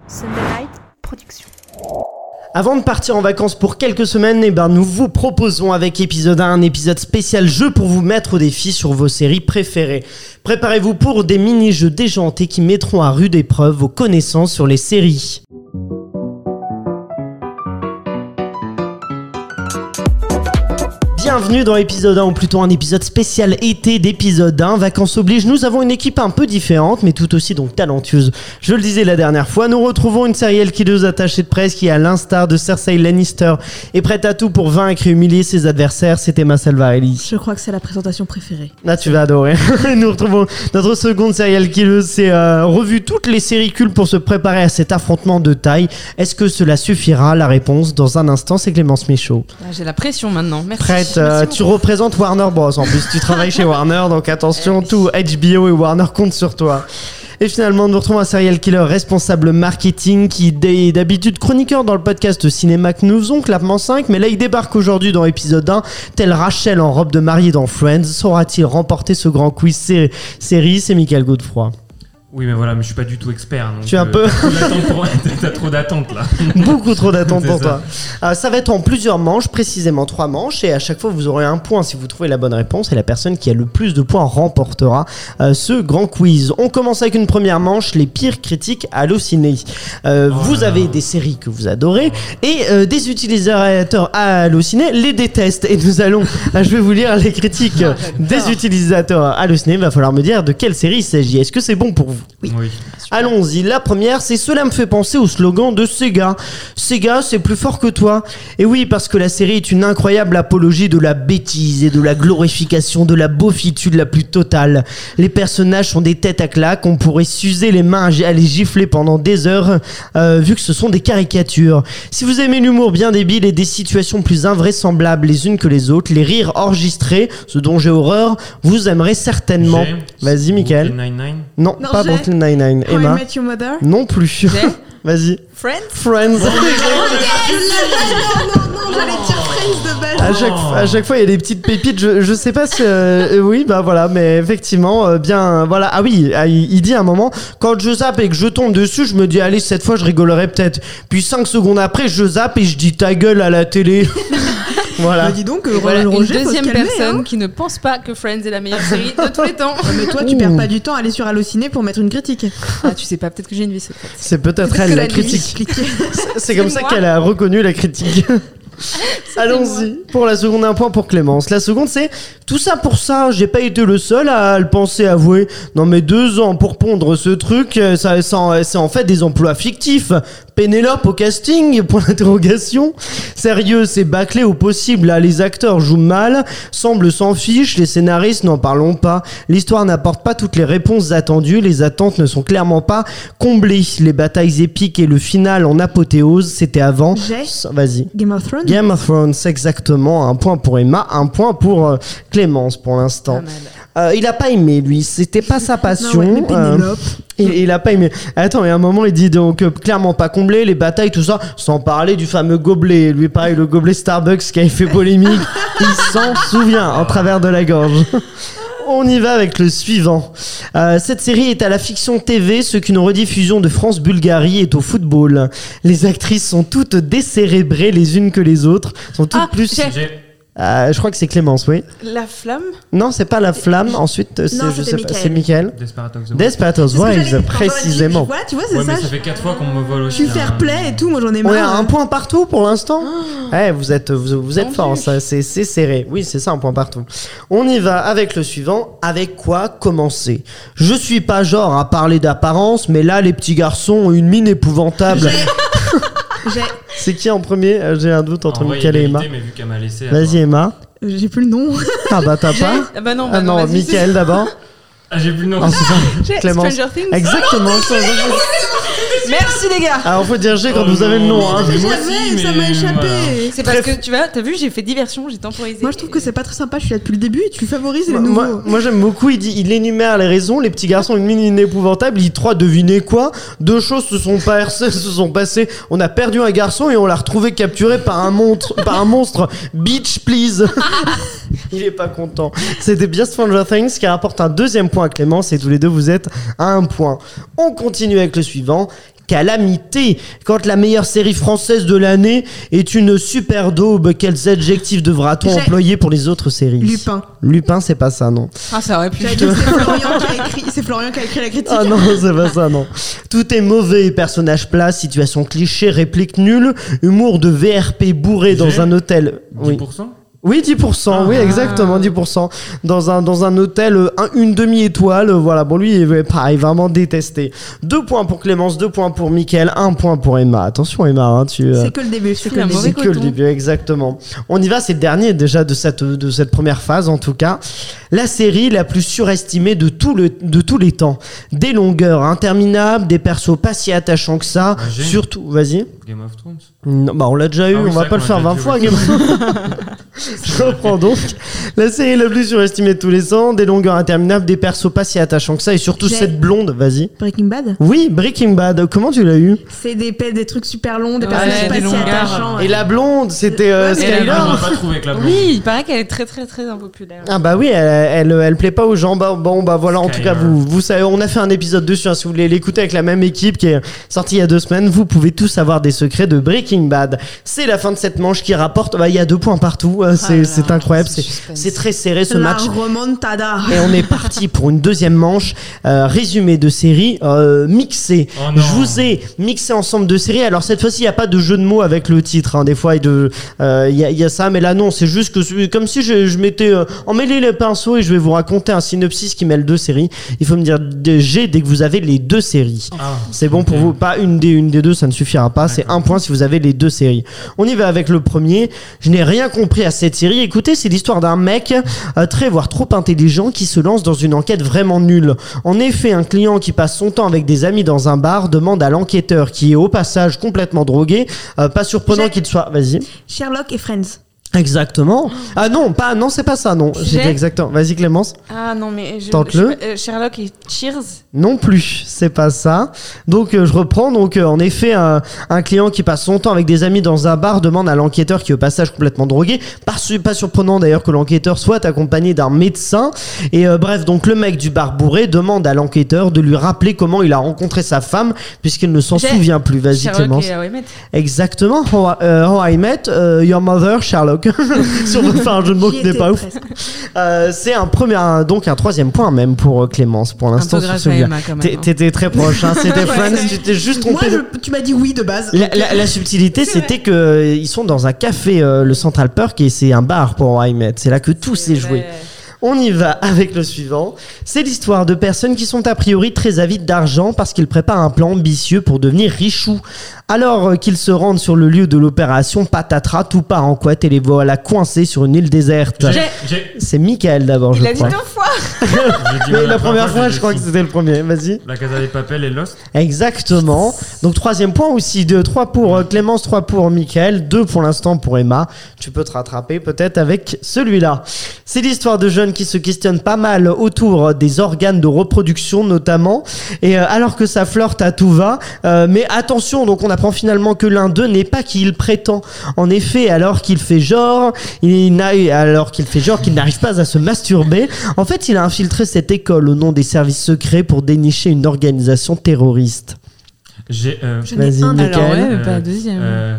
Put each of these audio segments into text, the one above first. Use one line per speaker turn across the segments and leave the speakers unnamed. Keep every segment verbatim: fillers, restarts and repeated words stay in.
Sunday Night Production.
Avant de partir en vacances pour quelques semaines, eh ben nous vous proposons avec épisode un un épisode spécial jeu pour vous mettre au défi sur vos séries préférées. Préparez-vous pour des mini-jeux déjantés qui mettront à rude épreuve vos connaissances sur les séries. Bienvenue dans l'épisode un, ou plutôt un épisode spécial été d'épisode un. Vacances oblige, nous avons une équipe un peu différente, mais tout aussi donc talentueuse. Je le disais la dernière fois, nous retrouvons une serial killeuse attachée de presse qui, à l'instar de Cersei Lannister, est prête à tout pour vaincre et humilier ses adversaires. C'est Emma Salvarelli.
Je crois que c'est la présentation préférée.
Là, tu vas adorer. Nous retrouvons notre seconde serial killeuse. C'est euh, revu toutes les séries cultes pour se préparer à cet affrontement de taille. Est-ce que cela suffira? La réponse dans un instant, c'est Clémence Michaud.
Ah, j'ai la pression maintenant. Merci.
Prête, euh, tu représentes Warner Bros. En plus, tu travailles chez Warner, donc attention, tout H B O et Warner comptent sur toi. Et finalement, nous retrouvons un serial killer responsable marketing qui est d'habitude chroniqueur dans le podcast Cinéma que nous faisons, Clapement cinq, mais là il débarque aujourd'hui dans l'épisode un, tel Rachel en robe de mariée dans Friends. Saura-t-il remporter ce grand quiz sé- série? C'est Michael Godefroy.
Oui, mais voilà, mais je suis pas du tout expert. Donc
tu es un
euh,
peu.
T'as trop, pour... t'as trop d'attentes là.
Beaucoup trop d'attentes pour
ça.
toi. Euh, ça va être en plusieurs manches, précisément trois manches, et à chaque fois vous aurez un point si vous trouvez la bonne réponse, et la personne qui a le plus de points remportera euh, ce grand quiz. On commence avec une première manche, les pires critiques Allociné. Euh,
Oh
vous
là
avez
là.
des séries que vous adorez, et euh, des utilisateurs Allociné les détestent. Et nous allons, euh, je vais vous lire les critiques
Ah,
des utilisateurs Allociné. Il va falloir me dire de quelle série il s'agit. Est-ce que c'est bon pour vous?
Oui.
Oui.
Allons-y, la première, c'est cela me fait penser au slogan de Sega. Sega, c'est plus fort que toi. Et oui, parce que la série est une incroyable apologie de la bêtise et de la glorification de la beaufitude la plus totale. Les personnages sont des têtes à claques, on pourrait s'user les mains à les gifler pendant des heures, euh, vu que ce sont des caricatures. Si vous aimez l'humour bien débile et des situations plus invraisemblables les unes que les autres, les rires enregistrés, ce dont j'ai horreur, vous aimerez certainement.
J'ai-
Vas-y, Mickaël.
Brooklyn Nine-Nine.
Non,
Non,
pas
j'ai-
Brooklyn Nine-Nine.
How I
Emma.
Met Your Mother.
Non plus. Vas-y.
Friends.
Friends.
Non, non, j'allais dire Friends de base.
À chaque, à chaque fois, il y a des petites pépites. Je, je sais pas si. euh, oui, bah voilà, mais effectivement, euh, bien. Voilà. Ah oui, ah, il, il dit à un moment, quand je zappe et que je tombe dessus, je me dis, allez, cette fois, je rigolerai peut-être. Puis cinq secondes après, je zappe et je dis ta gueule à la télé. Voilà.
Bah, dis donc, euh,
Voilà, une
Roger, faut se
deuxième
calmer,
personne
hein.
qui ne pense pas que Friends est la meilleure série de tous les temps.
Ouais, mais toi, tu perds pas du temps à aller sur Allociné pour mettre une critique.
Ah, tu sais pas, peut-être que j'ai une vie secrète.
C'est peut-être
Peut-être
elle
que
la
la
critique.
Expliquer.
C'est- C'est comme
C'est
ça
moi.
qu'elle a reconnu la critique. Allons-y. Pour la seconde, un point pour Clémence. La seconde, c'est tout ça pour ça. J'ai pas été le seul à le penser, avouer. Non, mais deux ans pour pondre ce truc, euh, ça, ça en- c'est en fait des emplois fictifs. Pénélope au casting, point d'interrogation. Sérieux, c'est bâclé au possible. Là, les acteurs jouent mal, semblent s'en fichent. Les scénaristes, n'en parlons pas. L'histoire n'apporte pas toutes les réponses attendues. Les attentes ne sont clairement pas comblées. Les batailles épiques et le final en apothéose, c'était avant.
J'ai
Vas-y.
Game of Thrones.
Game of Thrones, exactement. Un point pour Emma, un point pour euh, Clémence pour l'instant.
Pas mal.
Euh, il a pas aimé, lui. C'était pas sa passion.
Non, ouais, mais
Euh,
Pénélope.
il, il a pas aimé. Attends, et à un moment, il dit donc euh, clairement pas comblé, les batailles, tout ça, sans parler du fameux gobelet. Lui, pareil, le gobelet Starbucks qui avait fait polémique. Il s'en souvient en travers de la gorge. On y va avec le suivant. Euh, cette série est à la fiction T V, ce qu'une rediffusion de France-Bulgarie est au football. Les actrices sont toutes décérébrées les unes que les autres, sont toutes
Ah,
plus...
j'ai-
J'ai.
Euh, je crois que c'est Clémence, oui.
La flamme.
Non, c'est pas la flamme. Ensuite, c'est,
Non,
je
c'était
sais pas,
Mickaël.
c'est Mickaël.
Desperate Housewives.
Desperate
C'est ce que
Housewives,
j'allais- enfin, j'aurais dit-
précisément.
Voilà, tu vois, c'est
Ouais, mais
ça.
ça fait quatre fois qu'on me vole
Je
aussi.
suis fair
hein.
play et tout, moi j'en ai
On est à
marre.
un point partout pour l'instant.
Ah.
Eh, vous êtes, vous, vous êtes
Tendu.
fort, ça, c'est, c'est serré. Oui, c'est ça, un point partout. On y va avec le suivant. Avec quoi commencer? Je suis pas genre à parler d'apparence, mais là, les petits garçons ont une mine épouvantable.
J'ai-
C'est qui en premier? Euh, J'ai un doute entre
En vrai,
Mickaël et Emma.
égalité, mais vu qu'elle m'a laissé.
Vas-y, Emma.
J'ai plus le nom.
Ah bah t'as pas?
Ah bah non, bah
Ah non,
vas-y,
Mickaël d'abord.
Ah, j'ai plus le nom.
Ah, c'est ça.
c'est- j'ai-
Clémence.
Stranger Things.
Exactement.
Merci les gars.
Alors faut dire G quand
Oh
vous avez le nom.
non.
Hein.
Mais moi
J'avais,
aussi,
ça
mais
m'a échappé.
voilà.
C'est parce
Bref.
que tu vois, t'as vu, j'ai fait diversion, j'ai temporisé.
Moi je trouve que c'est pas très sympa, je suis là depuis le début et tu favorises les
Moi,
nouveaux.
moi, moi, j'aime beaucoup, il, dit, il énumère les raisons, les petits garçons ont une mine inépouvantable, il dit trois, devinez quoi? Deux choses se sont, pas, se sont passées, on a perdu un garçon et on l'a retrouvé capturé par un monstre, par un monstre, bitch please. Il est pas content. C'était bien Stranger Things qui rapporte un deuxième point à Clémence et tous les deux vous êtes à un point. On continue avec le suivant. calamité. Quand la meilleure série française de l'année est une super daube, quels adjectifs devra-t-on
J'ai-
employer pour les autres séries?
Lupin.
Lupin, c'est pas ça, non.
Ah, ça aurait pu.
J'allais dire, c'est Florian qui a écrit, c'est Florian qui a écrit la critique.
Ah non, c'est pas ça, non. Tout est mauvais, personnage plat, situation cliché, réplique nulle, humour de V R P bourré dans
J'ai
un hôtel.
dix
Oui.
pour cent
Oui, dix pour cent, oui,
Ah.
exactement, dix pour cent. Dans un, dans un hôtel, euh, un- une demi-étoile, euh, voilà. Bon, lui, il est pareil, vraiment détesté. Deux points pour Clémence, deux points pour Mickaël, un point pour Emma. Attention, Emma, hein, tu... euh,
C'est que le début. C'est que
Il a
le
un mauvais
début.
c'est que le
coton.
début, exactement. On y va, c'est le dernier déjà de cette, de cette première phase en tout cas. La série la plus surestimée de, tout le, de tous les temps. Des longueurs interminables, des persos pas si attachants que ça.
Ah, j'ai-
Surtout, vas-y.
Game of Thrones.
Non, bah on l'a déjà eu,
Ah oui,
on
c'est
va
vrai
pas le
qu'on
faire
l'a
vingt
déjà
fois.
vu.
Game of Thrones. Je reprends donc. La série la plus surestimée de tous les temps, des longueurs interminables, des persos pas si attachants que ça, et surtout
J'ai-
cette blonde, vas-y.
Breaking Bad.
Oui, Breaking Bad, comment tu l'as eu?
C'est des, pe- des trucs super longs, des
Ouais,
personnages pas
des
si
longueurs.
attachants.
Et la blonde, c'était euh,
Ouais, mais
Et la
Skyler.
Ah,
blonde.
j'aurais pas trouvé avec la blonde.
Oui, il paraît qu'elle est très très très impopulaire.
Ah bah oui, elle, elle, elle plaît pas aux gens. Bah, bon bah voilà, en tout
Skyler.
cas vous, vous savez, on a fait un épisode dessus. Hein, si vous voulez l'écouter avec la même équipe qui est sortie il y a deux semaines, vous pouvez tous savoir des secrets de Breaking Bad. C'est la fin de cette manche qui rapporte. Bah il y a deux points partout. Euh, C'est
Ah là
c'est
là,
incroyable.
ce
C'est
suspense.
c'est très serré ce
La
match.
remontada.
Et on est parti pour une deuxième manche. Euh, résumé de série euh, mixé.
Oh non.
Je vous ai mixé ensemble de séries. Alors cette fois-ci, il n'y a pas de jeu de mots avec le titre. Hein. Des fois, il y, a- euh, il y, a- il y a ça, mais là non. C'est juste que c'est comme si je, je m'étais euh, emmêlé les pinceaux et je vais vous raconter un synopsis qui mêle deux séries. Il faut me dire de- G dès que vous avez les deux séries.
Ah,
C'est bon pour
ok.
vous. Pas une des, une des deux, ça ne suffira pas. C'est
D'accord.
un point si vous avez les deux séries. On y va avec le premier. Je n'ai rien compris à cette série. Écoutez, c'est l'histoire d'un mec euh, très voire trop intelligent qui se lance dans une enquête vraiment nulle. En effet, un client qui passe son temps avec des amis dans un bar demande à l'enquêteur, qui est au passage complètement drogué, euh, pas surprenant
J'ai-
qu'il soit. Vas-y.
Sherlock et Friends.
Exactement. Ah non, pas non, c'est pas ça. Non, j'ai
J'ai-
dit exactement. Vas-y Clémence.
Ah non, mais je,
Tente-le.
je sais pas, euh, Sherlock et Cheers.
Non plus, c'est pas ça. Donc euh, je reprends. Donc euh, en effet, un, un client qui passe son temps avec des amis dans un bar demande à l'enquêteur, qui est au passage complètement drogué, pas, su- pas surprenant d'ailleurs que l'enquêteur soit accompagné d'un médecin. Et euh, bref, donc le mec du bar bourré demande à l'enquêteur de lui rappeler comment il a rencontré sa femme, puisqu'il ne s'en
J'ai-
souvient plus. Vas-y
Sherlock
Clémence.
et How I Met.
Exactement. How, I- euh, How I Met euh, Your Mother, Sherlock. Si on veut faire un jeu de mots
J'y
qui n'est
étais
pas ouf.
presque.
Euh, c'est un premier, un- donc un troisième point même pour euh, Clémence pour
Un
l'instant
peu
sur
grâce à
celui-là.
Emma quand même.
T'es-
hein.
T'étais très proche, hein. C'était Friends, tu t'es juste
Moi,
trompé. de-
je- tu m'as dit oui de base.
La, la- la subtilité, c'était que euh, ils sont dans un café, euh, le Central Park, et c'est un bar pour How I Met. C'est là que tout s'est joué.
Ouais.
On y va avec le suivant. C'est l'histoire de personnes qui sont a priori très avides d'argent parce qu'ils préparent un plan ambitieux pour devenir richoux. Alors euh, qu'ils se rendent sur le lieu de l'opération, patatras, tout part en couette et les voilà coincés sur une île déserte.
J'ai-
J'ai-
j'ai-
C'est Michael d'abord, je
Il a dit
crois.
deux fois.
j'ai dit,
Mais
ouais,
la première fois,
j'ai
je crois que
dit
c'était le premier. Vas-y.
La Casa des Papel et Lost.
Exactement. Donc troisième point aussi, deux, trois pour euh, Clémence, trois pour Michael, deux pour l'instant pour Emma. Tu peux te rattraper peut-être avec celui-là. C'est l'histoire de jeunes qui se questionnent pas mal autour des organes de reproduction notamment. Et euh, alors que ça flirte à tout va, euh, mais attention, donc on apprend finalement que l'un d'eux n'est pas qui il prétend. En effet, alors qu'il fait genre, il n'a, alors qu'il fait genre qu'il n'arrive pas à se masturber, en fait, il a infiltré cette école au nom des services secrets pour dénicher une organisation terroriste.
J'ai. euh,
J'en ai
Vas-y,
un de-
Michael.
Alors ouais, mais
euh,
pas la deuxième.
euh,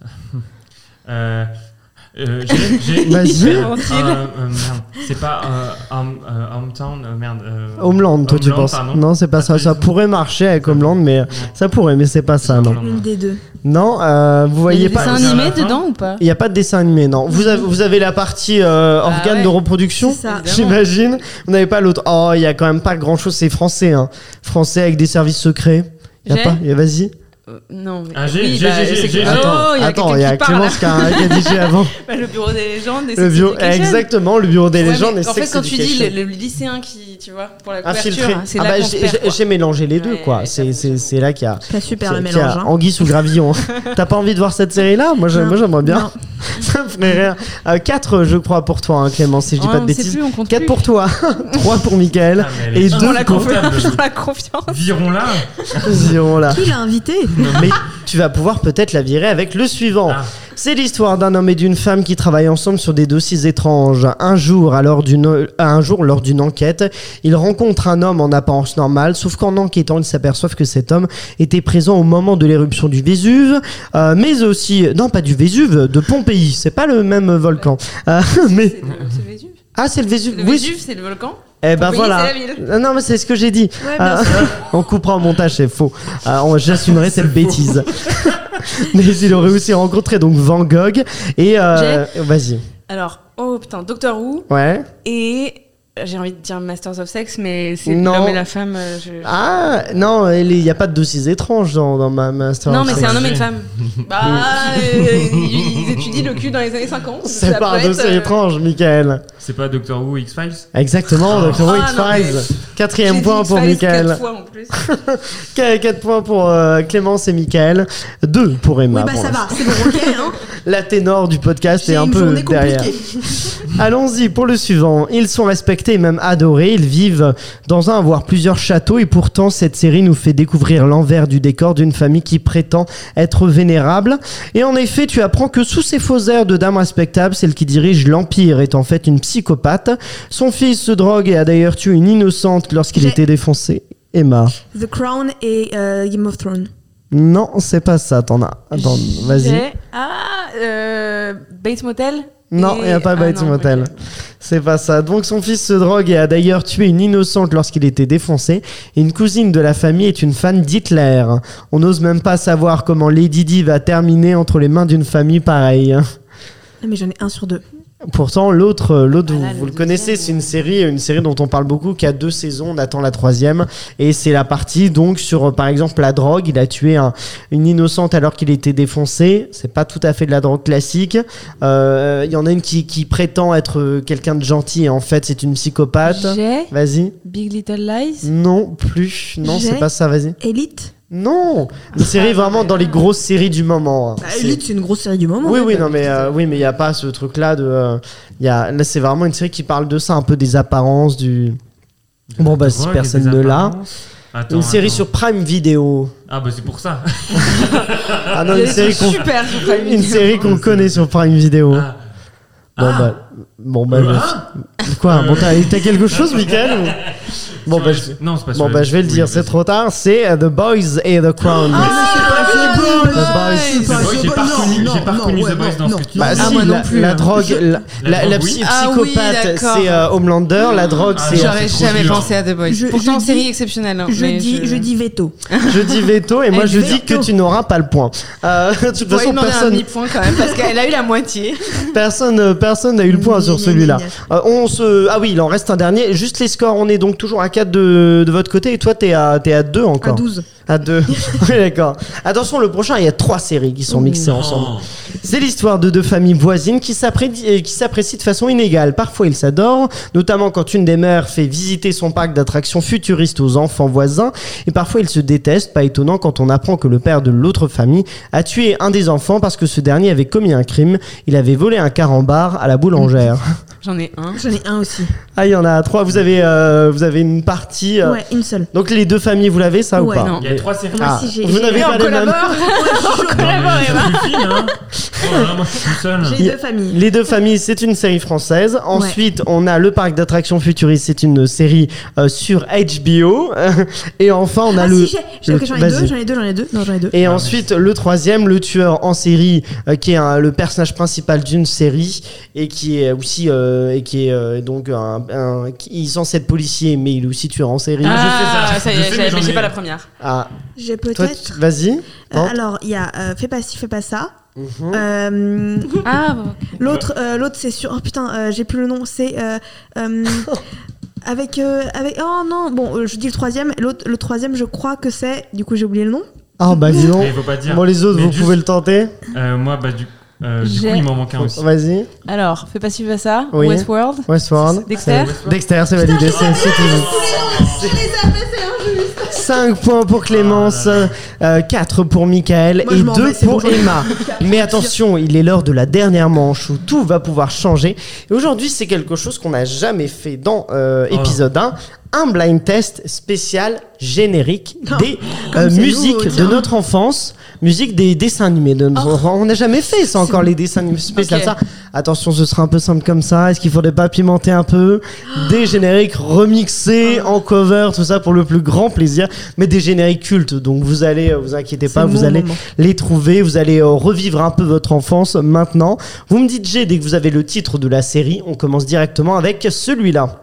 euh, euh, j'ai- j'ai-
Vas-y.
euh, euh, euh, merde. C'est pas euh, Home- euh, Hometown, euh, merde. euh,
Homeland, toi tu
Homeland,
penses?
pardon.
Non, c'est pas ça. Ça pourrait marcher avec Homeland, mais ça pourrait, mais c'est pas ça, non.
Une des deux.
Non, euh, vous
Il y a
voyez
des
pas.
dessins
Vers la
animés
fin.
dedans ou pas?
Il n'y a pas de dessin animé, non. Vous avez, vous avez la partie euh,
Ah
organes
ouais.
de reproduction,
C'est ça.
j'imagine. Vous n'avez pas l'autre. Oh, il y a quand même pas grand chose. C'est français, hein. Français avec des services secrets. Y a
J'ai
pas. Y a- Vas-y.
Euh, Non, mais.
Ah, j'ai-
oui,
j'ai-
bah,
j'ai-
c'est
j'ai-
que-
j'ai-
Oh, il y a
attends, il y
quelqu'un
a
qui parle.
Clémence qui a, qui a dit avant.
Bah, le bureau des légendes. et
Le
Sex
bio,
Education.
exactement, le bureau des
Ouais,
légendes.
mais
et
en fait,
Sex
quand tu dis
Education.
le, le lycéen qui, tu vois, pour la couverture,
Infiltré.
hein, c'est
Ah
là
bah,
qu'on se
j'ai-
perd,
j'ai-
quoi.
j'ai mélangé les deux,
Ouais,
quoi.
ouais,
C'est
j'avoue,
c'est-
j'avoue.
c'est là qu'il y a.
Pas super le
qu'il y a
mélange. hein.
Anguille sous gravillon. T'as pas envie de voir cette série-là? Moi, j'ai-
Non.
moi, j'aimerais bien.
Non.
Ça me ferait rire. quatre, je crois, pour toi, hein, Clémence, si je dis
Oh,
pas de
on sait
bêtises.
plus, on compte
quatre
plus.
pour toi, trois pour Michael.
Ah, mais elle
Et
est
deux
Dans la,
pour
confortable.
confiance. Dans la confiance.
Virons-la.
Dirons là.
Qui l'a invité?
Mais tu vas pouvoir peut-être la virer avec le suivant.
Ah.
C'est l'histoire d'un homme et d'une femme qui travaillent ensemble sur des dossiers étranges. Un jour, alors d'une, un jour, lors d'une enquête, ils rencontrent un homme en apparence normale, sauf qu'en enquêtant, ils s'aperçoivent que cet homme était présent au moment de l'éruption du Vésuve, euh, mais aussi, non pas du Vésuve, de Pompéi. C'est pas le même volcan. Euh, mais
C'est le, c'est le Vésuve.
ah, c'est le Vésuve.
Le
Oui.
Vésuve, c'est le volcan.
Eh ben
Pompéi,
voilà.
c'est la ville.
Ah non, mais c'est ce que j'ai dit.
Ouais, bien
Ah, on coupera au montage, c'est faux. Ah, on- J'assumerai cette bêtise. Mais il aurait aussi rencontré donc Van Gogh et euh, vas-y.
Alors, oh putain, Doctor Who
Ouais.
et j'ai envie de dire Masters of Sex, mais c'est
Non.
l'homme et la femme. euh, je-
Ah non, il n'y a pas de dossiers étranges dans, dans ma master.
Non,
of
mais
Sex.
c'est un homme et une femme. Bah, euh, ils étudient le cul dans les années cinquante.
C'est
Ça
pas un
peut être,
dossier
euh,
étrange, Michael.
C'est pas Doctor Who X-Files?
Exactement, donc
Ah,
X
non, mais-
Files.
j'ai
Quatrième
dit
point pour
X-Files
Michael.
quatre fois en plus.
quatre points pour euh, Clémence et Michael. Deux pour Emma.
Oui, bah
pour
ça
l'instant.
va, c'est bon, ok. Hein.
La ténor du podcast
J'ai
est un
une
peu
journée
derrière.
compliquée.
Allons-y pour le suivant. Ils sont respectés et même adorés. Ils vivent dans un voire plusieurs châteaux et pourtant cette série nous fait découvrir l'envers du décor d'une famille qui prétend être vénérable. Et en effet, tu apprends que sous ses faux airs de dame respectable, celle qui dirige l'Empire est en fait une psychopathe. Son fils se drogue et a d'ailleurs tué une innocente lorsqu'il
J'ai-
était défoncé. Emma.
The Crown et euh, Game of Thrones.
Non, c'est pas ça. T'en as. Attends, vas-y.
J'ai- Ah, euh, Bates Motel.
Non, il
Et-
n'y a pas
ah,
Bates
non,
Motel.
ok.
C'est pas ça. Donc son fils se drogue et a d'ailleurs tué une innocente lorsqu'il était défoncé. Et une cousine de la famille est une fan d'Hitler. On n'ose même pas savoir comment Lady Di va terminer entre les mains d'une famille pareille.
Non, mais j'en ai un sur deux.
Pourtant, l'autre, l'autre,
Ah
vous,
là,
vous
le
le connaissez,
deuxième,
c'est une série, une série dont on parle beaucoup, qui a deux saisons. On attend la troisième, et c'est la partie donc sur, par exemple, la drogue. Il a tué un, une innocente alors qu'il était défoncé. C'est pas tout à fait de la drogue classique. Euh, Il y en a une qui, qui prétend être quelqu'un de gentil, et en fait, c'est une psychopathe.
J'ai
Vas-y.
Big Little Lies.
Non, plus. Non,
J'ai-
c'est pas ça. Vas-y.
Elite.
Non, une série vraiment dans les grosses séries du moment. hein.
Bah,
C'est-
Elite, c'est une grosse série du moment.
Oui,
hein.
oui, non, mais euh, oui, mais il y a pas ce truc-là de. euh, il y a, là, c'est vraiment une série qui parle de ça, un peu des apparences du. Bon, bah, si
Drogue et
personne
des
ne l'a.
apparences. Attends,
Une série
attends.
sur Prime Video.
Ah bah c'est pour ça.
Ah non,
Il y a
une
des
série
trucs
qu'on,
super sur Prime
une
Video.
série qu'on connaît sur Prime Video.
Ah.
Bon
Ah.
bah, bon bah,
Ah.
je- quoi Bon, t'as, t'as quelque chose, Mickaël ou- Bon
Sur
bah,
la-
je...
Non, c'est pas
bon
sur
bah,
la-
je vais le
oui,
dire,
vas-y.
c'est trop tard. C'est euh, The Boys et The Crown.
Ah, c'est pas The Boys.
The Boys.
The Boys, j'ai pas
Non,
reconnu,
non,
j'ai pas
non,
reconnu
ouais,
The Boys
non,
dans ce
non.
que tu
Bah
dis.
Ah,
si,
moi non
la,
plus,
la
hein.
drogue, la,
La
la,
drogue,
la
oui.
psy-
Ah oui,
psychopathe,
d'accord.
c'est euh, Homelander. La drogue,
Ah,
c'est.
genre-
J'aurais
c'est trop
jamais
dur.
pensé à The Boys.
Je-
Pourtant,
je
série
dis-
exceptionnelle. hein,
Je
mais
dis, je dis veto.
Je dis veto et moi
Elle
je
dit
dis que
veto.
tu n'auras pas le point. Euh, de toute
Façon,
façon,
demander un
personne,
demi-point quand même parce qu'elle a eu la moitié.
personne, euh, personne n'a eu le point
Gna,
sur
gna,
celui-là.
gna,
Euh, on se, ah oui, il en reste un dernier. Juste les scores, on est donc toujours à quatre de, de votre côté et toi t'es à, t'es à deux
À
encore.
douze.
À deux. Oui, d'accord. Attention, le prochain, il y a trois séries qui sont mixées ensemble.
Non.
C'est l'histoire de deux familles voisines qui s'appré- euh, qui s'apprécient de façon inégale. Parfois, ils s'adorent, notamment quand une des mères fait visiter son parc d'attractions futuristes aux enfants voisins. Et parfois, ils se détestent, pas étonnant quand on apprend que le père de l'autre famille a tué un des enfants parce que ce dernier avait commis un crime. Il avait volé un carambar à la boulangère.
J'en ai un.
J'en ai un aussi.
Ah, il y en a trois. Vous avez, euh, vous avez une partie. euh,
Ouais, une seule.
Donc, les deux familles, vous l'avez, ça ou
Ouais.
pas
Non.
Il y a trois séries.
Ah,
si, j'ai-
vous
j'ai-
n'avez
Et
pas
on
les mêmes.
collabore. On
Non,
collabore,
mais
Emma.
ça suffit, hein. Oh là là, moi je suis tout seul.
J'ai
Y a-
deux familles.
Les deux familles, c'est une série française. Ensuite, on a le parc d'attractions futuriste, c'est une série euh, sur H B O. Et enfin, on a
Ah
le.
si, j'ai- j'ai-
le-
ok, j'en ai
vas-y.
deux, j'en ai deux, j'en ai deux. Non, j'en ai deux.
Et
Ah,
ensuite, le troisième, le tueur en série, euh, qui est un- le personnage principal d'une série et qui est aussi euh, et qui est euh, donc un, un- qui- il est censé être policier, mais il est aussi tueur en série.
Ah, je
Ah,
sais ça.
ça y
Je
est,
sais,
j'ai-
mais j'en
mais j'ai
ai-
pas la première.
Ah,
J'ai
toi,
peut-être.
tu- vas-y.
Euh,
Non.
alors, il y a euh, Fais pas ci, fais pas ça.
Mhm.
Euh,
Ah, bon.
L'autre, euh, l'autre c'est sur. Oh putain, euh, j'ai plus le nom. C'est euh, euh, avec euh, avec. Oh non, bon, euh, je dis le troisième. L'autre, le troisième, je crois que c'est. Du coup, j'ai oublié le nom.
Ah bah dis donc.
Mais il faut pas dire.
Bon, les autres,
Mais
vous
juste-
pouvez le tenter.
Euh, moi, bah du, euh, du coup,
J'ai-
il m'en manque un aussi.
Vas-y.
Alors, fais pas ci, fais pas ça.
Oui.
Westworld.
Westworld.
Dexter.
C'est- Dexter, c'est validé. C'est c'est tout.
Je les avais, c'est
cinq points pour Clémence,
Ah
euh, quatre pour Michael
Moi,
et
je m'en
deux
vais, c'est
pour
bon, j'en ai
Emma. Mais attention, il est l'heure de la dernière manche où tout va pouvoir changer. Et aujourd'hui, c'est quelque chose qu'on n'a jamais fait dans euh,
Oh.
épisode un. Un blind test spécial générique
Non,
des
comme
euh,
c'est
musiques
nouveau,
de
tiens.
notre enfance, musique des dessins animés de notre
Oh.
enfance. On n'a jamais fait ça encore, les dessins animés spéciaux.
Ok.
Ça. Attention, ce sera un peu simple comme ça. Est-ce qu'il faudrait pas pimenter un peu? Des génériques remixés en cover, tout ça pour le plus grand plaisir, mais des génériques cultes. Donc vous allez, euh, vous inquiétez pas,
C'est
vous
mon
allez
moment.
les trouver, vous allez euh, revivre un peu votre enfance maintenant. Vous me dites G dès que vous avez le titre de la série. On commence directement avec celui-là.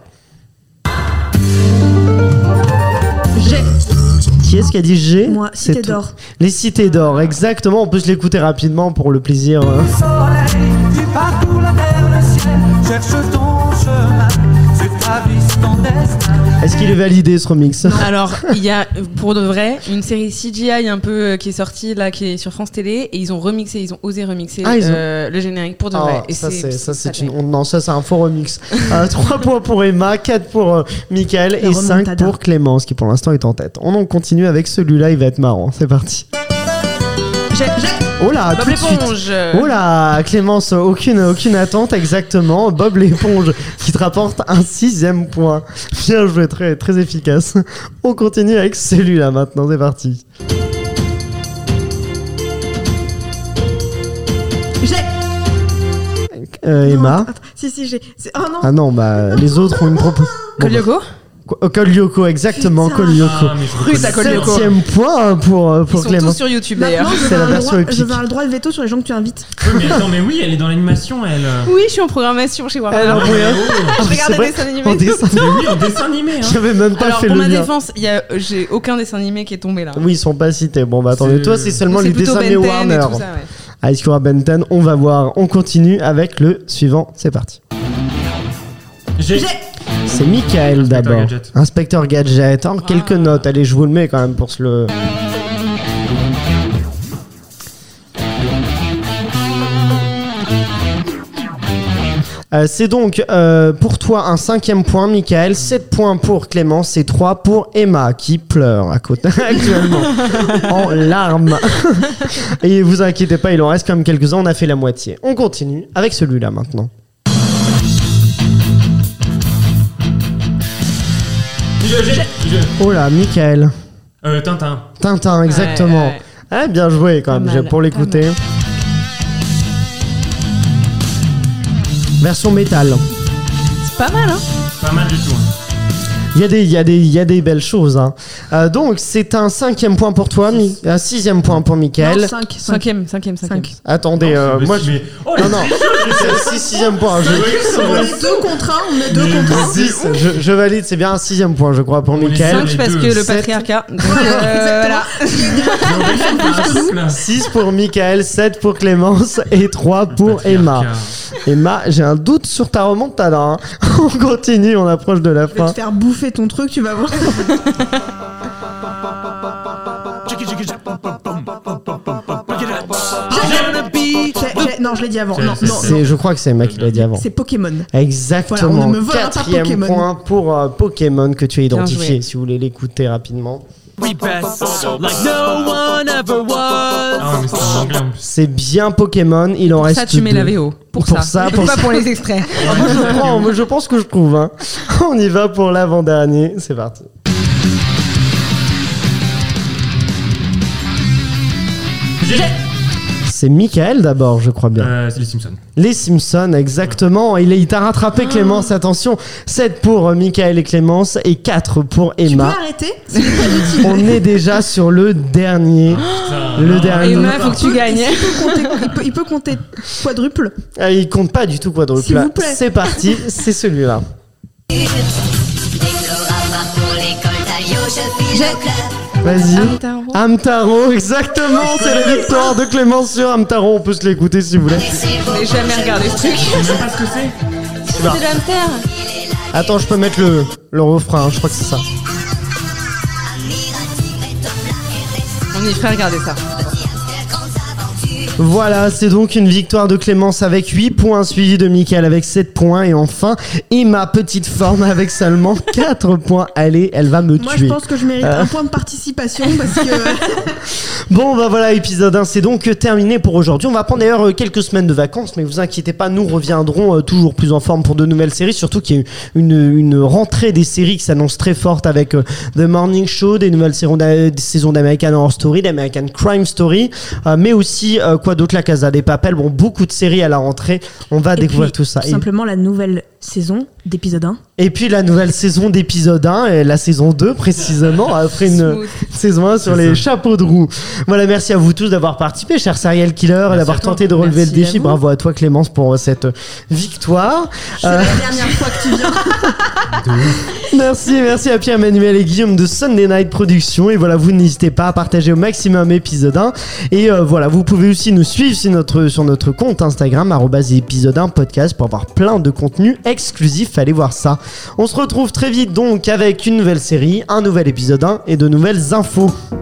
J'ai.
Qui est-ce qui a dit G?
Moi,
C'est
Cité
tout.
d'or.
Les Cités d'Or, exactement. On peut se l'écouter rapidement pour le plaisir. euh.
Soleil, tu parcours la terre, le ciel, cherche ton chemin, sur ta vie, c'est ton destin.
Est-ce qu'il est validé ce remix?
Alors, il y a pour de vrai une série C G I un peu euh, qui est sortie là, qui est sur France Télé, et ils ont remixé, ils ont osé remixer
Ah, ils ont-
euh, le générique pour de
Ah,
vrai. Et
ça c'est ça c'est
fait.
une on- non ça c'est un faux remix. Euh, trois points pour Emma, quatre pour euh, Michael
La
et cinq
remontada.
pour Clémence qui pour l'instant est en tête. On en continue avec celui-là, il va être marrant. C'est parti.
J'ai. J'ai.
Oh là,
Bob
tout de suite.
l'éponge.
Oh là, Clémence, aucune, aucune attente exactement. Bob l'éponge qui te rapporte un sixième point. Bien joué, très, très efficace. On continue avec celui-là maintenant, c'est parti.
J'ai.
Euh,
Non,
Emma.
attends, attends. Si, si, j'ai. c'est- Oh non.
Ah non, bah les autres ont une proposition.
Kolyoko.
Col Lyoko, exactement,
Putain.
Col Lyoko.
Ah, mais je
Russe à
reconnais
Col
ça.
Lyoko.
Septième point pour, euh,
Ils
pour
sont tous
Clémence.
sur YouTube
Maintenant,
d'ailleurs.
je
C'est
vais
la
avoir le
version
droit-
épique.
je vais avoir le droit de veto sur les gens que tu invites.
Oui, mais attends, mais oui, elle est dans l'animation, elle.
Oui, je suis en programmation chez Warner.
Alors, oui, hein.
Je
Ah,
regarde
c'est
des
vrai,
dessins
en
animés.
dessin
Mais oui, en dessin animé, hein.
J'avais même pas
Alors,
fait
pour
le
ma
lien.
défense, il y a- j'ai aucun dessin animé qui est tombé là.
Oui, ils sont pas cités. Bon, bah attendez,
C'est-
toi, c'est seulement
C'est
les
plutôt
dessins
Ben
animés
ten
Warner.
et tout ça, ouais.
Ah, est-ce qu'il y aura Ben ten? On va voir. On continue avec le suivant. C'est parti.
J'ai.
C'est Michael
Inspecteur
d'abord.
Gadget.
Inspecteur Gadget. En quelques
Ah.
notes. Allez, je vous le mets quand même pour se le. Euh, c'est donc euh, pour toi un cinquième point, Michael, sept points pour Clémence et trois pour Emma qui pleure à côté actuellement en larmes. Et vous inquiétez pas, il en reste quand même quelques-uns, on a fait la moitié. On continue avec celui-là maintenant.
Je, j'ai. Je.
Oh là, Michael.
Euh, Tintin.
Tintin, exactement.
Ouais, ouais.
Ah, bien joué quand
Pas
même,
mal,
j'ai- pour
pas
l'écouter. Version métal.
C'est pas mal, hein.
Pas mal du tout. hein.
Il y a des, il y a des, il y a des belles choses. Hein. Euh, donc c'est un cinquième point pour toi, Mi- un sixième point pour Michael.
cinq.
Cinquième, cinquième, cinquième.
Attendez, euh,
Mais
moi
si,
je.
mais- Oh,
Non, non, c'est six, sixième point. Je,
On est deux contre un, on est deux
Mais
contre un.
Six, je, je valide, c'est bien un sixième point, je crois, pour
On les
Michael.
cinq.
cinq parce
deux.
que le
Sept.
patriarcat. Donc, euh, voilà.
Là.
six pour Michael, sept pour Clémence et trois pour Emma.
Patriarcat.
Emma, j'ai un doute sur ta remontada. Hein. On continue, on approche de la
Je vais
fin.
te faire bouffer ton truc, tu vas voir. J'ai- j'ai- Non, je l'ai dit avant.
C'est-
Non,
c'est-
non,
C'est-
non.
Je crois que c'est Emma qui l'a dit avant.
C'est Pokémon.
Exactement.
Voilà, on ne me volera pas
Quatrième
Pokémon.
point pour euh, Pokémon que tu as identifié,
joué.
si vous voulez l'écouter rapidement.
We best like no one ever was.
Ah ouais, mais c'est en anglais en plus.
C'est bien Pokémon, il en
Pour
reste
ça, tu mets
deux.
la V O. Pour,
Pour
ça.
ça, pour
pas
ça.
pour les extraits.
Ah, moi je prends, moi je pense que je trouve. Hein. On y va pour l'avant-dernier, c'est parti.
J'ai.
C'est Michael d'abord, je crois bien.
Euh, c'est les Simpsons.
Les Simpsons, exactement. Il, est- il t'a rattrapé, Clémence, attention. sept pour euh, Michael et Clémence et quatre pour
Tu peux
Emma.
arrêter? C'est pas utile.
On est déjà sur le dernier.
Putain,
Le
non.
dernier.
Emma, faut que tu gagnes.
Il peut compter, il peut, il peut compter quadruple.
Ah, il compte pas du tout quadruple.
S'il vous plaît.
C'est parti, c'est celui-là. Vas-y.
Amtaro.
Amtaro, exactement, c'est la victoire de Clémence sur Amtaro. On peut se l'écouter si vous voulez.
J'ai jamais regardé ce truc.
Je sais même pas ce que c'est.
C'est de l'hamster.
Attends, je peux mettre le, le refrain, hein, je crois que c'est ça.
On y ferait regarder ça.
Voilà, c'est donc une victoire de Clémence avec huit points, suivi de Mickaël avec sept points. Et enfin, Emma, petite forme avec seulement quatre points. Allez, elle va me
Moi,
tuer.
je pense que je mérite
Euh.
un point de participation parce que.
Bon, bah voilà, épisode un, c'est donc terminé pour aujourd'hui. On va prendre d'ailleurs euh, quelques semaines de vacances, mais vous inquiétez pas, nous reviendrons euh, toujours plus en forme pour de nouvelles séries. Surtout qu'il y a eu une, une rentrée des séries qui s'annonce très forte avec euh, The Morning Show, des nouvelles saisons d'a- des saisons d'American Horror Story, d'American Crime Story, euh, mais aussi, euh, quoi d'autre, La Casa des Papel. Bon, beaucoup de séries à la rentrée. On va
Et
découvrir
puis,
tout ça.
Tout
Et-
simplement la nouvelle saison d'épisode un.
Et puis la nouvelle saison d'épisode un, et la saison deux précisément, après une
Smooth.
saison un sur
C'est
les
ça.
chapeaux de roue. Voilà, merci à vous tous d'avoir participé, cher serial killer, et
Merci
d'avoir
à toi.
tenté de relever
Merci
le défi.
à vous.
Bravo à toi Clémence pour cette victoire.
C'est
Euh,
la dernière fois que tu viens.
merci, merci à Pierre-Emmanuel et Guillaume de Sunday Night Productions. Et voilà, vous n'hésitez pas à partager au maximum épisode un. Et euh, voilà, vous pouvez aussi nous suivre sur notre, sur notre compte Instagram, arobase épisode un podcast, pour avoir plein de contenus exclusifs. Allez voir ça. On se retrouve très vite donc avec une nouvelle série, un nouvel épisode un et de nouvelles infos.